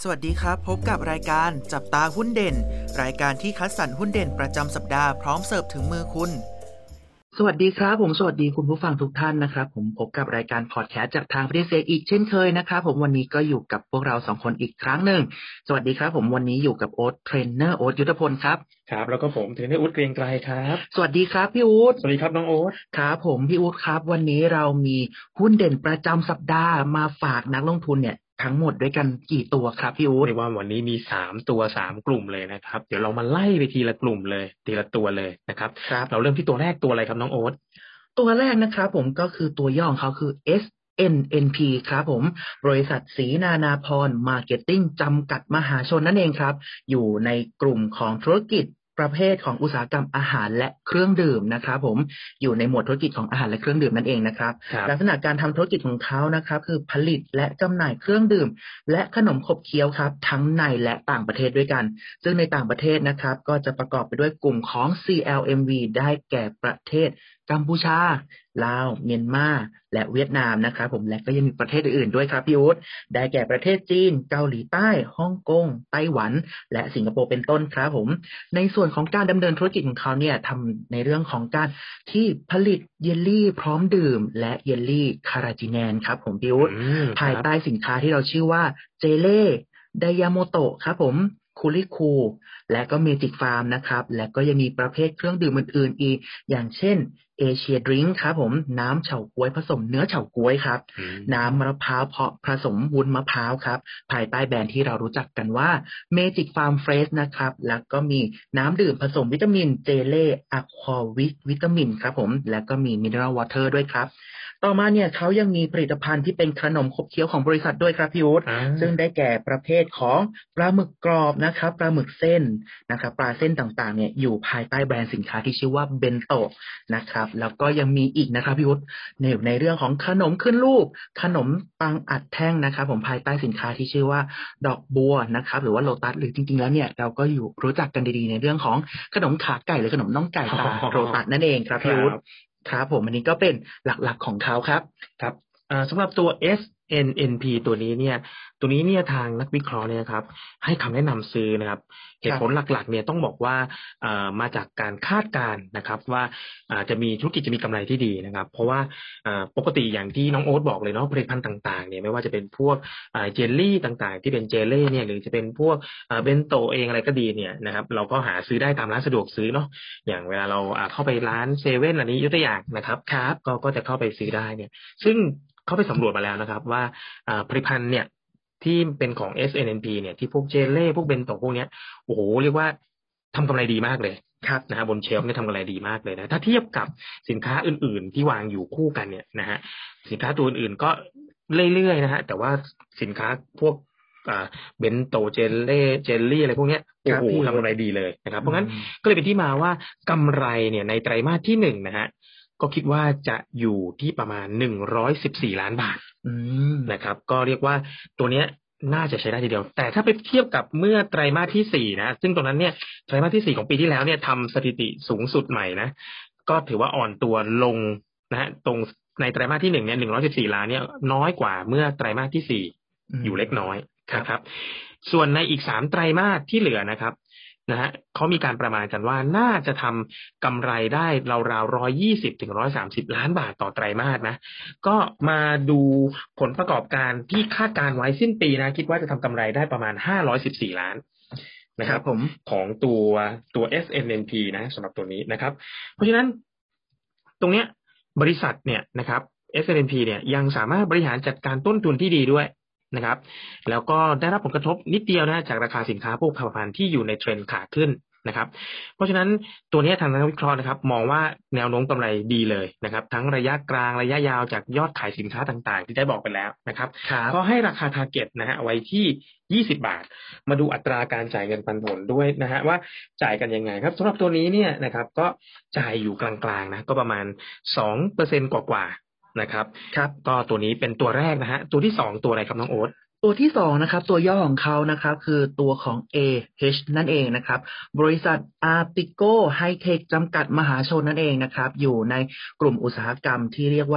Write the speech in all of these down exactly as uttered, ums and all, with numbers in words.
สวัสดีครับพบกับรายการจับตาหุ้นเด่นรายการที่คัดสรรหุ้นเด่นประจำสัปดาห์พร้อมเสิร์ฟถึงมือคุณสวัสดีครับผมสวัสดีคุณผู้ฟังทุกท่านนะครับผมพบกับรายการพอดแคสต์จากทางประเทศเซอีกเช่นเคยนะครับผมวันนี้ก็อยู่กับพวกเราสองคนอีกครั้งหนึ่งสวัสดีครับผมวันนี้อยู่กับโอ๊ตเทรนเนอร์โอ๊ตยุทธพลครับครับแล้วก็ผมเทรนเนอร์อุ๊ดเกรียงไกรครับสวัสดีครับพี่อุ๊ดสวัสดีครับน้องโอ๊ตครับผมพี่อุ๊ดครับวันนี้เรามีหุ้นเด่นประจำสัปดาห์มาฝากนักลงทุนเนี่ยทั้งหมดด้วยกันกี่ตัวครับพี่อุ๊ดเรียกว่าวันนี้มีสามตัวสามกลุ่มเลยนะครับเดี๋ยวเรามาไล่ไปทีละกลุ่มเลยทีละตัวเลยนะครับครับเราเริ่มที่ตัวแรกตัวอะไรครับน้องโอ๊ตตัวแรกนะครับผมก็คือตัวย่อของเขาคือ เอส เอ็น เอ็น พี ครับผมบริษัทศรีนานาพรมาร์เก็ตติ้งจำกัดมหาชนนั่นเองครับอยู่ในกลุ่มของธุรกิจประเภทของอุตสาหกรรมอาหารและเครื่องดื่มนะครับผมอยู่ในหมวดธุรกิจของอาหารและเครื่องดื่มนั่นเองนะครับลักษณะการทำธุรกิจของเขานะครับคือผลิตและจำหน่ายเครื่องดื่มและขนมขบเคี้ยวครับทั้งในและต่างประเทศด้วยกันซึ่งในต่างประเทศนะครับก็จะประกอบไปด้วยกลุ่มของ ซี แอล เอ็ม วี ได้แก่ประเทศกัมพูชาลาวเมียนมาและเวียดนามนะครับผมและก็ยังมีประเทศอื่นๆด้วยครับพี่อุ๊ดได้แก่ประเทศจีนเกาหลีใต้ฮ่องกงไต้หวันและสิงคโปร์เป็นต้นครับผมในส่วนของการดำเนินธุรกิจของเขาเนี่ยทำในเรื่องของการที่ผลิตเยลลี่พร้อมดื่มและเยลลี่คาราจิแนนครับผมพี่อุ๊ดภายใต้สินค้าที่เราชื่อว่าเจเล่ไดยาโมโตะครับผมคูลิคูและก็เมจิกฟาร์มนะครับและก็ยังมีประเภทเครื่องดื่มอื่นๆอีกอย่างเช่นเอเชียดริงค์ครับผมน้ำเฉาก๊วยผสมเนื้อเฉาก๊วยครับน้ำมะพร้าวเพาะผสมวุ้นมะพร้าวครับภายใต้แบรนด์ที่เรารู้จักกันว่าเมจิกฟาร์มเฟรชนะครับแล้วก็มีน้ำดื่มผสมวิตามินเจเล่อะควาวิวิตามินครับผมแล้วก็มีมิเนอรัลวอเตอร์ด้วยครับต่อมาเนี่ยเขายังมีผลิตภัณฑ์ที่เป็นขนมขบเคี้ยวของบริษัทด้วยครับพี่อุ๊ดซึ่งได้แก่ประเภทของปลาหมึกกรอบนะครับปลาหมึกเส้นนะครับปลาเส้นต่างๆเนี่ยอยู่ภายใต้แบรนด์สินค้าที่ชื่อว่าเบนโตะนะครับแล้วก็ยังมีอีกนะครับพี่อุ๊ดในในเรื่องของขนมขึ้นรูปขนมปังอัดแท่งนะครับผมภายใต้สินค้าที่ชื่อว่าดอกบัวนะครับหรือว่าโลตัสหรือจริงๆแล้วเนี่ยเราก็อยู่รู้จักกันดีๆในเรื่องของขนมขาไก่หรือขนมน่องไก่ตาโลตัสนั่นเองครับพี่อุ๊ดครับผมอันนี้ก็เป็นหลักๆของเขาครับครับสำหรับตัว เอส เอ็น เอ็น พี ตัวนี้เนี่ยตัวนี้เนี่ยทางนักวิเคราะห์เนี่ยครับให้คำแนะนำซื้อนะครับเหตุผลหลักๆเนี่ยต้องบอกว่ามาจากการคาดการณ์นะครับว่าจะมีธุรกิจจะมีกำไรที่ดีนะครับเพราะว่าปกติอย่างที่น้องโอ๊ตบอกเลยเนาะผลิตภัณฑ์ต่างๆเนี่ยไม่ว่าจะเป็นพวกเจลลี่ต่างๆที่เป็นเจลเล่เนี่ยหรือจะเป็นพวกเบนโตเองอะไรก็ดีเนี่ยนะครับเราก็หาซื้อได้ตามร้านสะดวกซื้อเนาะอย่างเวลาเราเข้าไปร้านเซเว่นอันนี้ยกตัวอย่างนะครับครับก็ก็จะเข้าไปซื้อได้เนี่ยซึ่งเขาไปสำรวจมาแล้วนะครับว่าผลิตภัณฑ์เนี่ยที่เป็นของ เอส เอ็น เอ็น พี เนี่ยที่พวกเจลเล่พวกเบนโตพวกเนี้ยโอ้โหเรียกว่าทำกำไรดีมากเลยครับนะฮะบนเชลฟ์เนี่ยทำกำไรดีมากเลยนะถ้าเทียบกับสินค้าอื่นๆที่วางอยู่คู่กันเนี่ยนะฮะสินค้าตัวอื่นๆก็เรื่อยๆนะฮะแต่ว่าสินค้าพวกเบนโตเจลเล่เจลลี่อะไรพวกเนี้ยโอ้โหทำกำไรดีเลยนะครับเพราะงั้นก็เลยเป็นที่มาว่ากำไรเนี่ยในไตรมาสที่หนึ่งนะฮะก็คิดว่าจะอยู่ที่ประมาณหนึ่งร้อยสิบสี่ล้านบาทนะครับก็เรียกว่าตัวเนี้ยน่าจะใช้ได้ทีเดียวแต่ถ้าไปเทียบกับเมื่อไตรมาสที่สี่นะซึ่งตรงนั้นเนี่ยไตรมาสที่สี่ของปีที่แล้วเนี่ยทำสถิติสูงสุดใหม่นะก็ถือว่าอ่อนตัวลงนะฮะตรงในไตรมาสที่หนึ่งเนี่ยหนึ่งร้อยสิบสี่ล้านเนี่ยน้อยกว่าเมื่อไตรมาสที่สี่อยู่เล็กน้อยนะครับส่วนในอีกสามไตรมาสที่เหลือนะครับนะฮะเขามีการประมาณกันว่าน่าจะทำกำไรได้ราวๆหนึ่งร้อยยี่สิบถึงหนึ่งร้อยสามสิบล้านบาทต่อไตรมาสนะก็มาดูผลประกอบการที่คาดการไว้สิ้นปีนะคิดว่าจะทำกำไรได้ประมาณห้าร้อยสิบสี่ล้านนะครับผมของตัวตัว เอส เอ็น เอ็น พี นะสำหรับตัวนี้นะครับเพราะฉะนั้นตรงเนี้ยบริษัทเนี่ยนะครับ เอส เอ็น เอ็น พี เนี่ยยังสามารถบริหารจัดการต้นทุนที่ดีด้วยนะครับแล้วก็ได้รับผลกระทบนิดเดียวนะจากราคาสินค้าพวกผลิตภัณฑ์ที่อยู่ในเทรนด์ขาขึ้นนะครับเพราะฉะนั้นตัวนี้ทางนักวิเคราะห์นะครับมองว่าแนวโน้มกำไรดีเลยนะครับทั้งระยะกลางระยะยาวจากยอดขายสินค้าต่างๆที่ได้บอกไปแล้วนะครับก็ให้ราคาทาร์เก็ตนะฮะไว้ที่ยี่สิบบาทมาดูอัตราการจ่ายเงินปันผลด้วยนะฮะว่าจ่ายกันยังไงครับสำหรับตัวนี้เนี่ยนะครับก็จ่ายอยู่กลางๆนะก็ประมาณ สองเปอร์เซ็นต์ กว่าๆนะครับครับก็ตัวนี้เป็นตัวแรกนะฮะตัวที่สองตัวอะไรครับน้องโอ๊ตตัวที่สองนะครับตัวย่อของเขานะครับคือตัวของ เอ เอช นั่นเองนะครับบริษัท Artico High-Tech จำกัดมหาชนนั่นเองนะครับอยู่ในกลุ่มอุตสาหกรรมที่เรียกว่า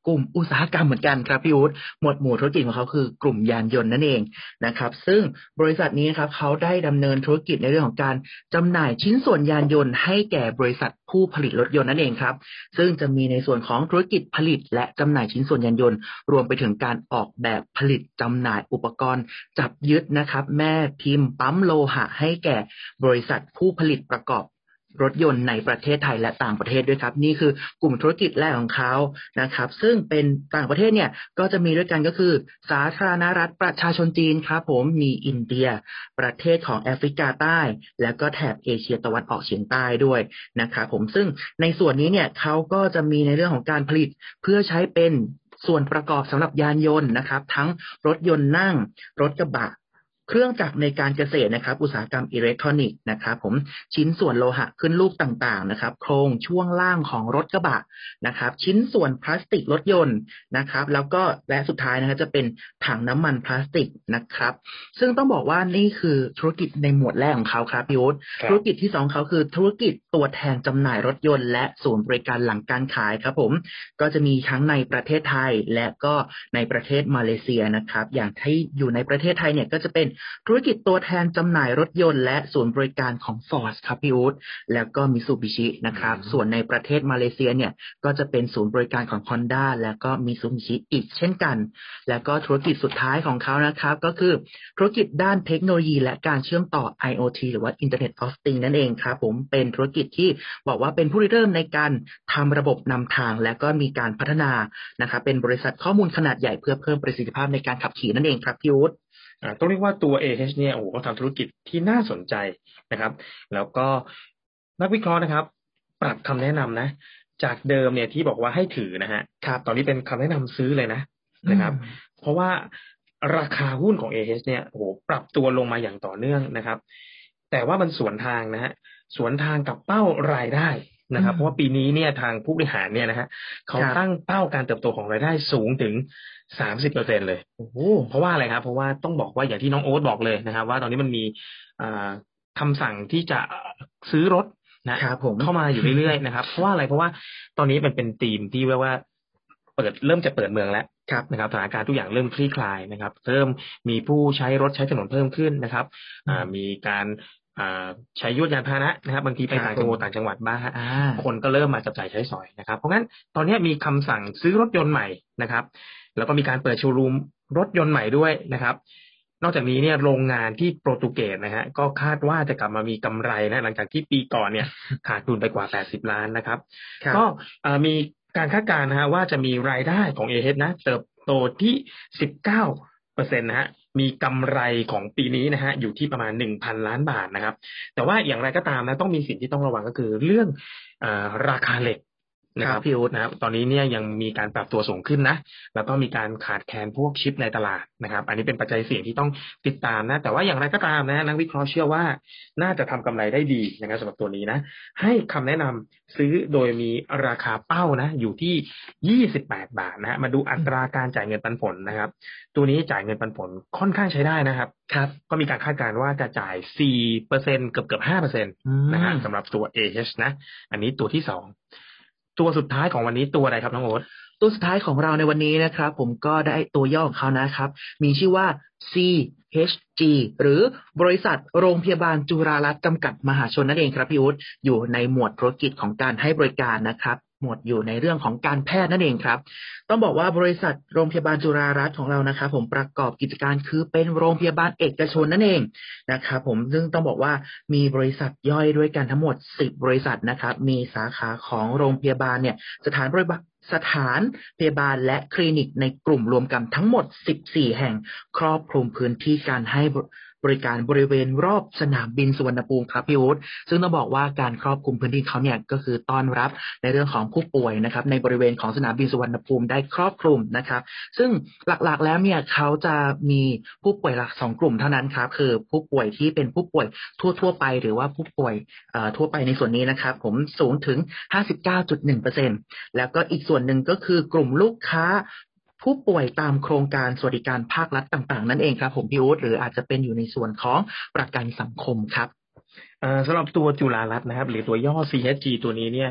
กลุ่มอุตสาหกรรมเหมือนกันครับพี่อู๊ดหมวดหมู่ธุรกิจของเขาคือกลุ่มยานยนต์นั่นเองนะครับซึ่งบริษัทนี้ครับเขาได้ดำเนินธุรกิจในเรื่องของการจำหน่ายชิ้นส่วนยานยนต์ให้แก่บริษัทผู้ผลิตรถยนต์นั่นเองครับซึ่งจะมีในส่วนของธุรกิจผลิตและจำหน่ายชิ้นส่วนยานยนต์รวมไปถึงการออกแบบผลิตจำหน่ายอุปกรณ์จับยึดนะครับแม่พิมพ์ปั๊มโลหะให้แก่บริษัทผู้ผลิตประกอบรถยนต์ในประเทศไทยและต่างประเทศด้วยครับนี่คือกลุ่มธุรกิจแรกของเขานะครับซึ่งเป็นต่างประเทศเนี่ยก็จะมีด้วยกันก็คือสาธารณรัฐประชาชนจีนครับผมมีอินเดียประเทศของแอฟริกาใต้แล้วก็แถบเอเชียตะวันออกเฉียงใต้ด้วยนะครับผมซึ่งในส่วนนี้เนี่ยเขาก็จะมีในเรื่องของการผลิตเพื่อใช้เป็นส่วนประกอบสำหรับยานยนต์นะครับทั้งรถยนต์นั่งรถกระบะเครื่องจักรในการเกษตรนะครับอุตสาหกรรมอิเล็กทรอนิกส์นะครับผมชิ้นส่วนโลหะขึ้นรูปต่างๆนะครับโครงช่วงล่างของรถกระบะนะครับชิ้นส่วนพลาสติกรถยนต์นะครับแล้วก็และสุดท้ายนะครับจะเป็นถังน้ำมันพลาสติกนะครับซึ่งต้องบอกว่านี่คือธุรกิจในหมวดแรกของเขาครับพี่อุ๊ดธุรกิจที่สองเขาคือธุรกิจตัวแทนจำหน่ายรถยนต์และศูนย์บริการหลังการขายครับผมก็จะมีทั้งในประเทศไทยและก็ในประเทศมาเลเซียนะครับอย่างที่อยู่ในประเทศไทยเนี่ยก็จะเป็นธุรกิจตัวแทนจำหน่ายรถยนต์และศูนย์บริการของ Ford ครับพี่อุ๊ดแล้วก็ Mitsubishi นะครับส่วนในประเทศมาเลเซียเนี่ยก็จะเป็นศูนย์บริการของ Honda แล้วก็ Mitsubishi อีกเช่นกันแล้วก็ธุรกิจสุดท้ายของเขานะครับก็คือธุรกิจด้านเทคโนโลยีและการเชื่อมต่อ ไอ โอ ที หรือว่า Internet of Things นั่นเองครับผมเป็นธุรกิจที่บอกว่าเป็นผู้ริเริ่มในการทำระบบนำทางและก็มีการพัฒนานะครับเป็นบริษัทข้อมูลขนาดใหญ่เพื่อเพิ่มประสิทธิภาพในการขับขี่นั่นเองครับพี่อุ๊ดอ่าต้องเรียกว่าตัว เอ เอช เนี่ยโอ้โหเขาทำธุรกิจที่น่าสนใจนะครับแล้วก็นักวิเคราะห์นะครับปรับคำแนะนำนะจากเดิมเนี่ยที่บอกว่าให้ถือนะฮะครับตอนนี้เป็นคำแนะนำซื้อเลยนะนะครับเพราะว่าราคาหุ้นของ เอ เอช เนี่ยโอ้โหปรับตัวลงมาอย่างต่อเนื่องนะครับแต่ว่ามันสวนทางนะฮะสวนทางกับเป้ารายได้นะครับเพราะว่าปีนี้เนี่ยทางผู้บริหารเนี่ยนะฮะเขาตั้งเป้าการเติบโตของรายได้สูงถึงสามสิบเปอร์เซ็นต์เลยโอ้โหเพราะว่าอะไรครับเพราะว่าต้องบอกว่าอย่างที่น้องโอ๊ตบอกเลยนะครับว่าตอนนี้มันมีคำสั่งที่จะซื้อรถนะครับผมเข้ามาอยู่เรื่อยๆนะครับเพราะว่าอะไรเพราะว่าตอนนี้มันเป็นธีมที่เรียกว่าเปิดเริ่มจะเปิดเมืองแล้วนะครับสถานการณ์ทุกอย่างเริ่มคลี่คลายนะครับเริ่มมีผู้ใช้รถใช้ถนนเพิ่มขึ้นนะครับมีการใช้ยวดยานพาหนะนะครับบางทีไปต่างจังหวัดต่างจังหวัดบ้างคนก็เริ่มมาจับจ่ายใช้สอยนะครับเพราะงั้นตอนนี้มีคำสั่งซื้อรถยนต์ใหม่นะครับแล้วก็มีการเปิดโชว์รูมรถยนต์ใหม่ด้วยนะครับนอกจากนี้เนี่ยโรงงานที่โปรตุเกสนะฮะก็คาดว่าจะกลับมามีกำไรนะหลังจากที่ปีก่อนเนี่ยขาดทุนไปกว่าแปดสิบล้านนะครับก็มีการคาดการณ์นะฮะว่าจะมีรายได้ของ เอ เอช นะเติบโตที่ สิบเก้าเปอร์เซ็นต์ นะฮะมีกำไรของปีนี้นะฮะอยู่ที่ประมาณ หนึ่งพัน ล้านบาทนะครับแต่ว่าอย่างไรก็ตามนะต้องมีสิ่งที่ต้องระวังก็คือเรื่องอ่าราคาเหล็กนะครับพี่อุ๊ดนะครับตอนนี้เนี่ยยังมีการปรับตัวสูงขึ้นนะแล้วก็มีการขาดแคลนพวกชิปในตลาดนะครับอันนี้เป็นปัจจัยเสี่ยงที่ต้องติดตามนะแต่ว่าอย่างไรก็ตามนะนักวิเคราะห์เชื่อว่าน่าจะทำกำไรได้ดีนะครับสำหรับตัวนี้นะให้คำแนะนำซื้อโดยมีราคาเป้านะอยู่ที่ยี่สิบแปดบาทนะฮะมาดูอัตราการจ่ายเงินปันผลนะครับตัวนี้จ่ายเงินปันผลค่อนข้างใช้ได้นะครับครับก็มีการคาดการณ์ว่าจะจ่าย สี่เปอร์เซ็นต์ เกือบๆ ห้าเปอร์เซ็นต์ นะฮะสำหรับตัว เอ เอช นะอันนี้ตัวที่สองตัวสุดท้ายของวันนี้ตัวอะไรครับน้องโอ๊ตตัวสุดท้ายของเราในวันนี้นะครับผมก็ได้ตัวย่อของเขานะครับมีชื่อว่า ซี เอช จี หรือบริษัทโรงพยาบาลจุฬารัตน์จำกัดมหาชนนั่นเองครับพี่อุ๊ดอยู่ในหมวดธุรกิจของการให้บริการนะครับหมวดอยู่ในเรื่องของการแพทย์นั่นเองครับต้องบอกว่าบริษัทโรงพยาบาลจุฬารัตน์ของเรานะครับผมประกอบกิจการคือเป็นโรงพยาบาลเอกชนนั่นเองนะครับผมซึ่งต้องบอกว่ามีบริษัทย่อยด้วยกันทั้งหมดสิบบริษัทนะครับมีสาขาของโรงพยาบาลเนี่ยสถานบริการสถานพยาบาลและคลินิกในกลุ่มรวมกันทั้งหมดสิบสี่แห่งครอบคลุมพื้นที่การให้บริการบริเวณรอบสนามบินสุวรรณภูมิครับพี่อุ๊ดซึ่งต้องบอกว่าการครอบคลุมพื้นที่เขาเนี่ยก็คือต้อนรับในเรื่องของผู้ป่วยนะครับในบริเวณของสนามบินสุวรรณภูมิได้ครอบคลุมนะครับซึ่งหลักๆแล้วเนี่ยเขาจะมีผู้ป่วยหลักสองกลุ่มเท่านั้นครับคือผู้ป่วยที่เป็นผู้ป่วยทั่วๆไปหรือว่าผู้ป่วยทั่วไปในส่วนนี้นะครับผมสูงถึง ห้าสิบเก้าจุดหนึ่งเปอร์เซ็นต์ แล้วก็อีกส่วนหนึ่งก็คือกลุ่มลูกค้าผู้ป่วยตามโครงการสวัสดิการภาครัฐต่างๆนั่นเองครับผมพี่อุ๊ดหรืออาจจะเป็นอยู่ในส่วนของประกันสังคมครับสำหรับตัวจุฬารัตน์นะครับหรือตัวย่อ ซี เอช จี ตัวนี้เนี่ย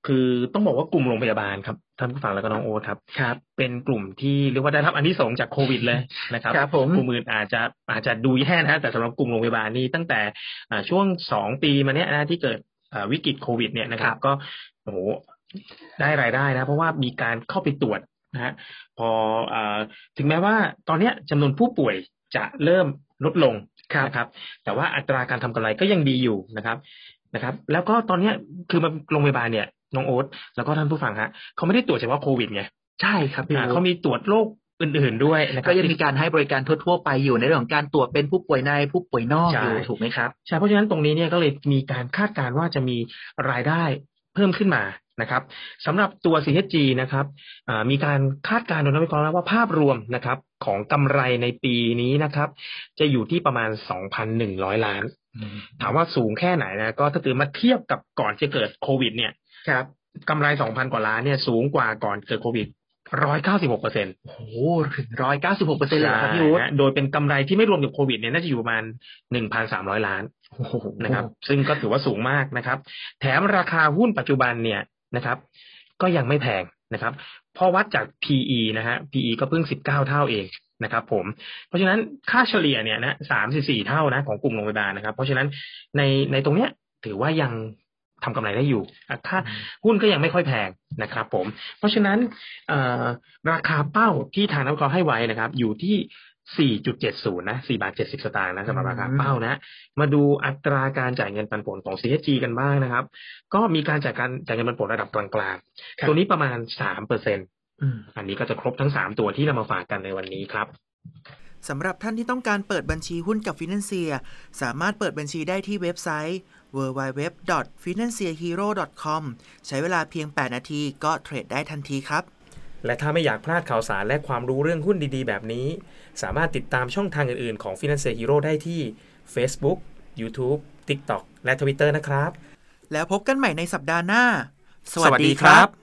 คือต้องบอกว่ากลุ่มโรงพยาบาลครับท่านผู้ฟังแล้วก็น้องโอ๊ตครับครับเป็นกลุ่มที่เรียกว่าได้รับอานิสงส์จากโควิดเลยนะครับครับผมกลุ่มอื่นอาจจะอาจจะดูแย่นะแต่สำหรับกลุ่มโรงพยาบาลนี่ตั้งแต่ช่วงสองปีมาเนี้ยนะที่เกิดวิกฤตโควิดเนี่ยนะครับก็โอ้โหได้รายได้นะเพราะว่ามีการเข้าไปตรวจนะฮะพอถึงแม้ว่าตอนนี้จำนวนผู้ป่วยจะเริ่มลดลงนะครับแต่ว่าอัตราการทำกำไรก็ยังดีอยู่นะครับนะครับแล้วก็ตอนนี้คือมาโรงพยาบาลเนี่ยน้องโอ๊ตแล้วก็ท่านผู้ฟังฮะเขาไม่ได้ตรวจเฉพาะโควิดไงใช่ครับพี่เขามีตรวจโรคอื่นๆด้วยนะครับก็ยังมีการให้บริการทั่วๆไปอยู่ในเรื่องของการตรวจเป็นผู้ป่วยในผู้ป่วยนอกอยู่ถูกไหมครับใช่เพราะฉะนั้นตรงนี้เนี่ยก็เลยมีการคาดการณ์ว่าจะมีรายได้เพิ่มขึ้นมานะครับสำหรับตัว ซี เอช จี นะครับมีการคาดการณ์โดยนักวิเคราะห์ว่าภาพรวมนะครับของกำไรในปีนี้นะครับจะอยู่ที่ประมาณ สองพันหนึ่งร้อย ล้านถามว่าสูงแค่ไหนนะก็ถ้าเกิดมาเทียบกับก่อนจะเกิดโควิดเนี่ยครับกำไร สองพัน กว่าล้านเนี่ยสูงกว่าก่อนเกิดโควิด หนึ่งร้อยเก้าสิบหกเปอร์เซ็นต์โอ้โหถึง หนึ่งร้อยเก้าสิบหกเปอร์เซ็นต์ เลยครับพี่วุฒิโดยเป็นกำไรที่ไม่รวมกับโควิดเนี่ยน่าจะอยู่ประมาณ หนึ่งพันสามร้อย ล้านนะครับซึ่งก็ถือว่าสูงมากนะครับแถมราคาหุ้นปัจจุบันเนี่ยนะครับก็ยังไม่แพงนะครับพอวัดจาก พี อี นะฮะ พี อี ก็เพิ่งสิบเก้าเท่าเองนะครับผมเพราะฉะนั้นค่าเฉลี่ยเนี่ยนะสามสิบสี่เท่านะของกลุ่มโรงพยาบาลนะครับเพราะฉะนั้นในในตรงเนี้ยถือว่ายังทำกำไรได้อยู่ค่าหุ้นก็ยังไม่ค่อยแพงนะครับผมเพราะฉะนั้นราคาเป้าที่ทางนักวิเคราะห์ให้ไว้นะครับอยู่ที่ สี่จุดเจ็ดศูนย์ นะสี่บาทเจ็ดสิบสตางค์นะสำหรับราคาเป้านะมาดูอัตราการจ่ายเงินปันผลของ ซี เอช จี กันบ้างนะครับก็มีการจ่ายการจ่ายเงินปันผลระดับกลางๆตัวนี้ประมาณ สามเปอร์เซ็นต์ อ, อันนี้ก็จะครบทั้งสามตัวที่นำมาฝากกันในวันนี้ครับสำหรับท่านที่ต้องการเปิดบัญชีหุ้นกับ Financier สามารถเปิดบัญชีได้ที่เว็บไซต์ ดับเบิลยู ดับเบิลยู ดับเบิลยู ดอท ฟินแลนเซียฮีโร่ ดอท คอม ใช้เวลาเพียงแปดนาทีก็เทรดได้ทันทีครับและถ้าไม่อยากพลาดข่าวสารและความรู้เรื่องหุ้นดีๆแบบนี้สามารถติดตามช่องทางอื่นๆของ Financier Hero ได้ที่ Facebook, YouTube, TikTok และ Twitter นะครับแล้วพบกันใหม่ในสัปดาห์หน้าสวัสดีครับ